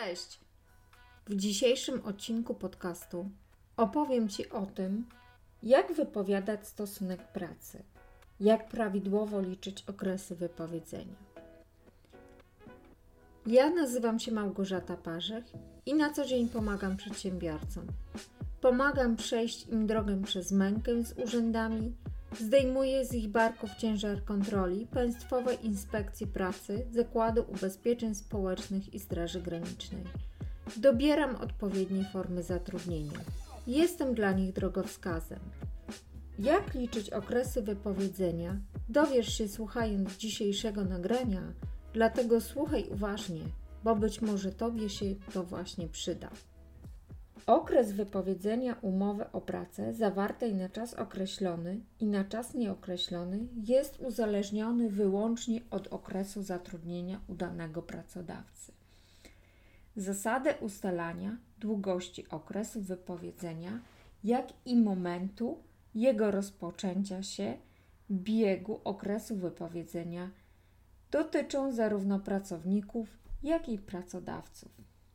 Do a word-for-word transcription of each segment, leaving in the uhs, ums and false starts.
Cześć! W dzisiejszym odcinku podcastu opowiem Ci o tym, jak wypowiadać stosunek pracy, jak prawidłowo liczyć okresy wypowiedzenia. Ja nazywam się Małgorzata Parzech i na co dzień pomagam przedsiębiorcom. Pomagam przejść im drogę przez mękę z urzędami, zdejmuję z ich barków ciężar kontroli Państwowej Inspekcji Pracy, Zakładu Ubezpieczeń Społecznych i Straży Granicznej. Dobieram odpowiednie formy zatrudnienia. Jestem dla nich drogowskazem. Jak liczyć okresy wypowiedzenia, dowiesz się słuchając dzisiejszego nagrania, dlatego słuchaj uważnie, bo być może Tobie się to właśnie przyda. Okres wypowiedzenia umowy o pracę zawartej na czas określony i na czas nieokreślony jest uzależniony wyłącznie od okresu zatrudnienia u danego pracodawcy. Zasadę ustalania długości okresu wypowiedzenia, jak i momentu jego rozpoczęcia się, biegu okresu wypowiedzenia dotyczą zarówno pracowników, jak i pracodawców.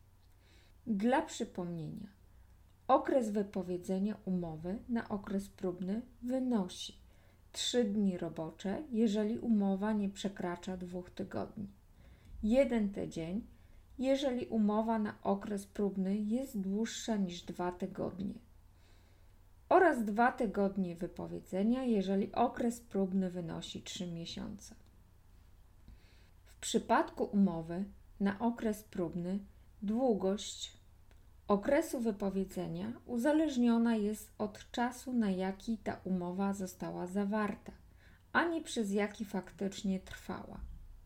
Dla przypomnienia, okres wypowiedzenia umowy na okres próbny wynosi trzy dni robocze, jeżeli umowa nie przekracza dwóch tygodni, jeden tydzień, jeżeli umowa na okres próbny jest dłuższa niż dwa tygodnie oraz dwa tygodnie wypowiedzenia, jeżeli okres próbny wynosi trzy miesiące. W przypadku umowy na okres próbny długość okresu wypowiedzenia uzależniona jest od czasu, na jaki ta umowa została zawarta, a nie przez jaki faktycznie trwała.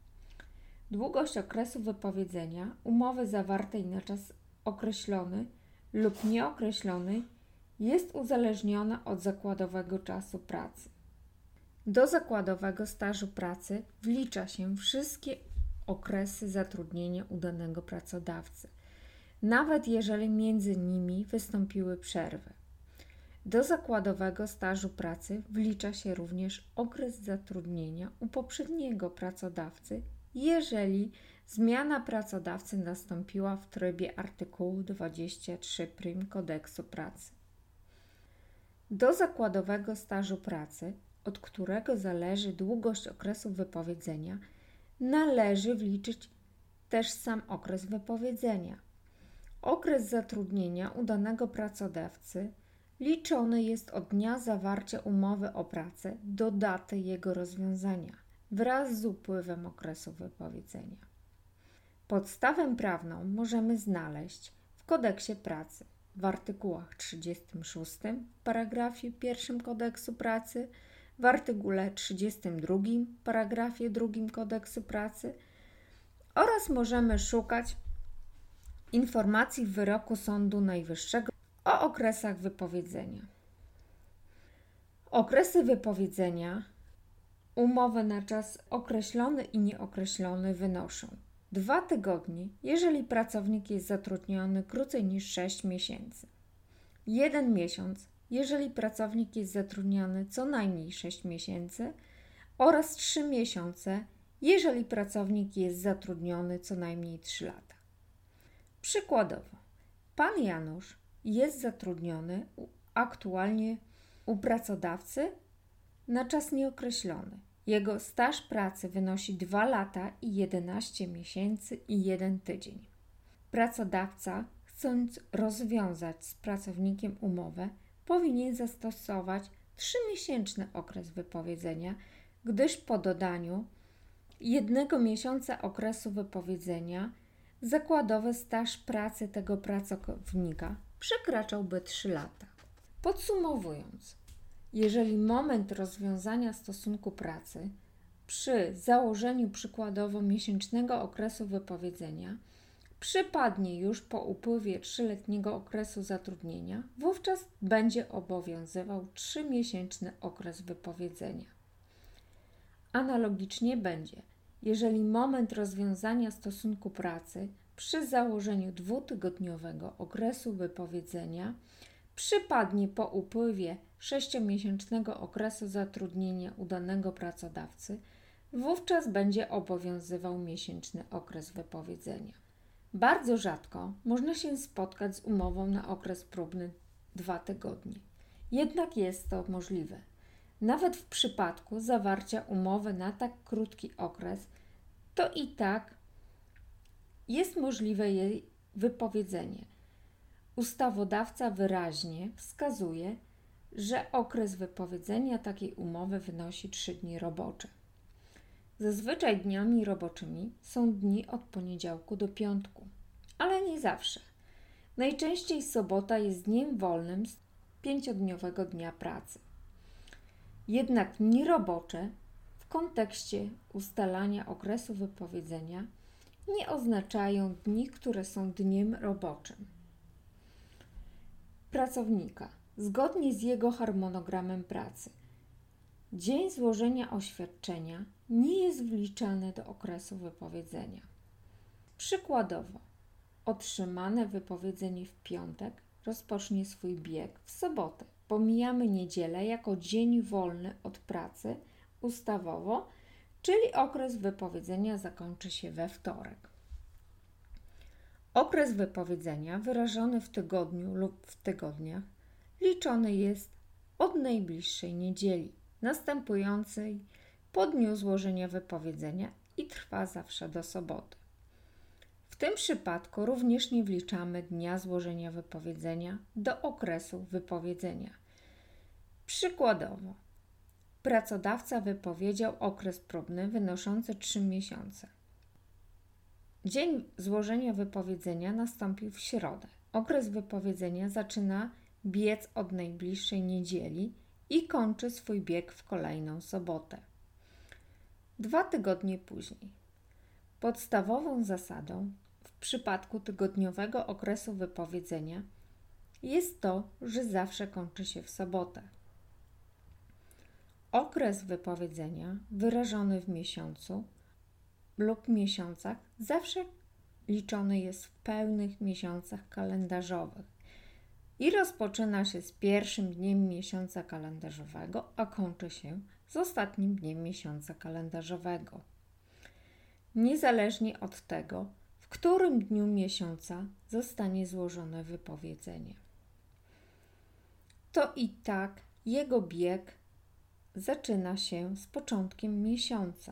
Długość okresu wypowiedzenia umowy zawartej na czas określony lub nieokreślony jest uzależniona od zakładowego czasu pracy. Do zakładowego stażu pracy wlicza się wszystkie okresy zatrudnienia u danego pracodawcy, nawet jeżeli między nimi wystąpiły przerwy. Do zakładowego stażu pracy wlicza się również okres zatrudnienia u poprzedniego pracodawcy, jeżeli zmiana pracodawcy nastąpiła w trybie artykułu dwudziestego trzeciego prym Kodeksu Pracy. Do zakładowego stażu pracy, od którego zależy długość okresu wypowiedzenia, należy wliczyć też sam okres wypowiedzenia. Okres zatrudnienia u danego pracodawcy liczony jest od dnia zawarcia umowy o pracę do daty jego rozwiązania wraz z upływem okresu wypowiedzenia. Podstawę prawną możemy znaleźć w Kodeksie Pracy w artykułach trzydziestym szóstym w paragrafie pierwszym Kodeksu Pracy, w artykule trzydziestym drugim paragrafie drugim Kodeksu Pracy oraz możemy szukać informacji w wyroku Sądu Najwyższego o okresach wypowiedzenia. Okresy wypowiedzenia umowy na czas określony i nieokreślony wynoszą dwa tygodnie, jeżeli pracownik jest zatrudniony krócej niż sześć miesięcy, jeden miesiąc, jeżeli pracownik jest zatrudniony co najmniej sześć miesięcy oraz trzy miesiące, jeżeli pracownik jest zatrudniony co najmniej trzy lata. Przykładowo, pan Janusz jest zatrudniony aktualnie u pracodawcy na czas nieokreślony. Jego staż pracy wynosi dwa lata i jedenaście miesięcy i jeden tydzień. Pracodawca, chcąc rozwiązać z pracownikiem umowę, powinien zastosować trzymiesięczny okres wypowiedzenia, gdyż po dodaniu jednego miesiąca okresu wypowiedzenia zakładowy staż pracy tego pracownika przekraczałby trzy lata. Podsumowując, jeżeli moment rozwiązania stosunku pracy przy założeniu przykładowo miesięcznego okresu wypowiedzenia przypadnie już po upływie trzyletniego okresu zatrudnienia, wówczas będzie obowiązywał trzymiesięczny okres wypowiedzenia. Analogicznie będzie, jeżeli moment rozwiązania stosunku pracy przy założeniu dwutygodniowego okresu wypowiedzenia przypadnie po upływie sześciomiesięcznego okresu zatrudnienia u danego pracodawcy, wówczas będzie obowiązywał miesięczny okres wypowiedzenia. Bardzo rzadko można się spotkać z umową na okres próbny dwa tygodnie. Jednak jest to możliwe. Nawet w przypadku zawarcia umowy na tak krótki okres, to i tak jest możliwe jej wypowiedzenie. Ustawodawca wyraźnie wskazuje, że okres wypowiedzenia takiej umowy wynosi trzy dni robocze. Zazwyczaj dniami roboczymi są dni od poniedziałku do piątku, ale nie zawsze. Najczęściej sobota jest dniem wolnym z pięciodniowego dnia pracy. Jednak dni robocze w kontekście ustalania okresu wypowiedzenia nie oznaczają dni, które są dniem roboczym pracownika, zgodnie z jego harmonogramem pracy. Dzień złożenia oświadczenia nie jest wliczany do okresu wypowiedzenia. Przykładowo, otrzymane wypowiedzenie w piątek rozpocznie swój bieg w sobotę. Pomijamy niedzielę jako dzień wolny od pracy ustawowo, czyli okres wypowiedzenia zakończy się we wtorek. Okres wypowiedzenia wyrażony w tygodniu lub w tygodniach liczony jest od najbliższej niedzieli, następującej po dniu złożenia wypowiedzenia i trwa zawsze do soboty. W tym przypadku również nie wliczamy dnia złożenia wypowiedzenia do okresu wypowiedzenia. Przykładowo, pracodawca wypowiedział okres próbny wynoszący trzy miesiące. Dzień złożenia wypowiedzenia nastąpił w środę. Okres wypowiedzenia zaczyna biec od najbliższej niedzieli i kończy swój bieg w kolejną sobotę. Dwa tygodnie później. Podstawową zasadą w przypadku tygodniowego okresu wypowiedzenia jest to, że zawsze kończy się w sobotę. Okres wypowiedzenia wyrażony w miesiącu lub miesiącach zawsze liczony jest w pełnych miesiącach kalendarzowych i rozpoczyna się z pierwszym dniem miesiąca kalendarzowego, a kończy się z ostatnim dniem miesiąca kalendarzowego. Niezależnie od tego, w którym dniu miesiąca zostanie złożone wypowiedzenie. To i tak jego bieg zaczyna się z początkiem miesiąca.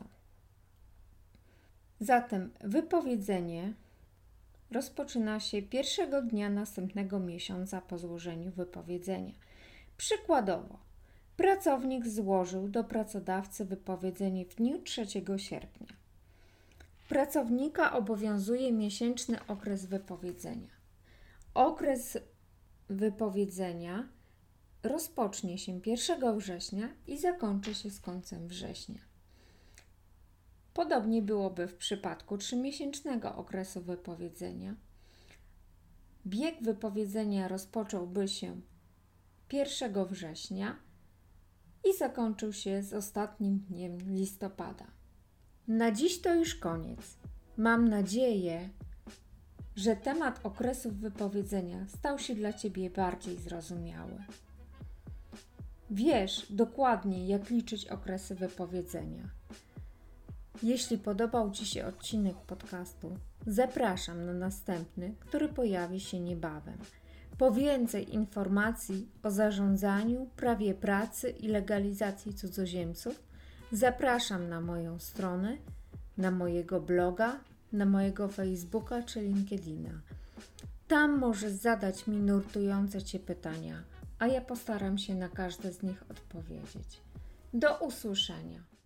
Zatem wypowiedzenie rozpoczyna się pierwszego dnia następnego miesiąca po złożeniu wypowiedzenia. Przykładowo, pracownik złożył do pracodawcy wypowiedzenie w dniu trzeciego sierpnia. Pracownika obowiązuje miesięczny okres wypowiedzenia. Okres wypowiedzenia rozpocznie się pierwszego września i zakończy się z końcem września. Podobnie byłoby w przypadku trzymiesięcznego okresu wypowiedzenia. Bieg wypowiedzenia rozpocząłby się pierwszego września i zakończył się z ostatnim dniem listopada. Na dziś to już koniec. Mam nadzieję, że temat okresów wypowiedzenia stał się dla Ciebie bardziej zrozumiały. Wiesz dokładnie, jak liczyć okresy wypowiedzenia. Jeśli podobał Ci się odcinek podcastu, zapraszam na następny, który pojawi się niebawem. Po więcej informacji o zarządzaniu, prawie pracy i legalizacji cudzoziemców zapraszam na moją stronę, na mojego bloga, na mojego Facebooka czy LinkedIna. Tam możesz zadać mi nurtujące Cię pytania, a ja postaram się na każde z nich odpowiedzieć. Do usłyszenia.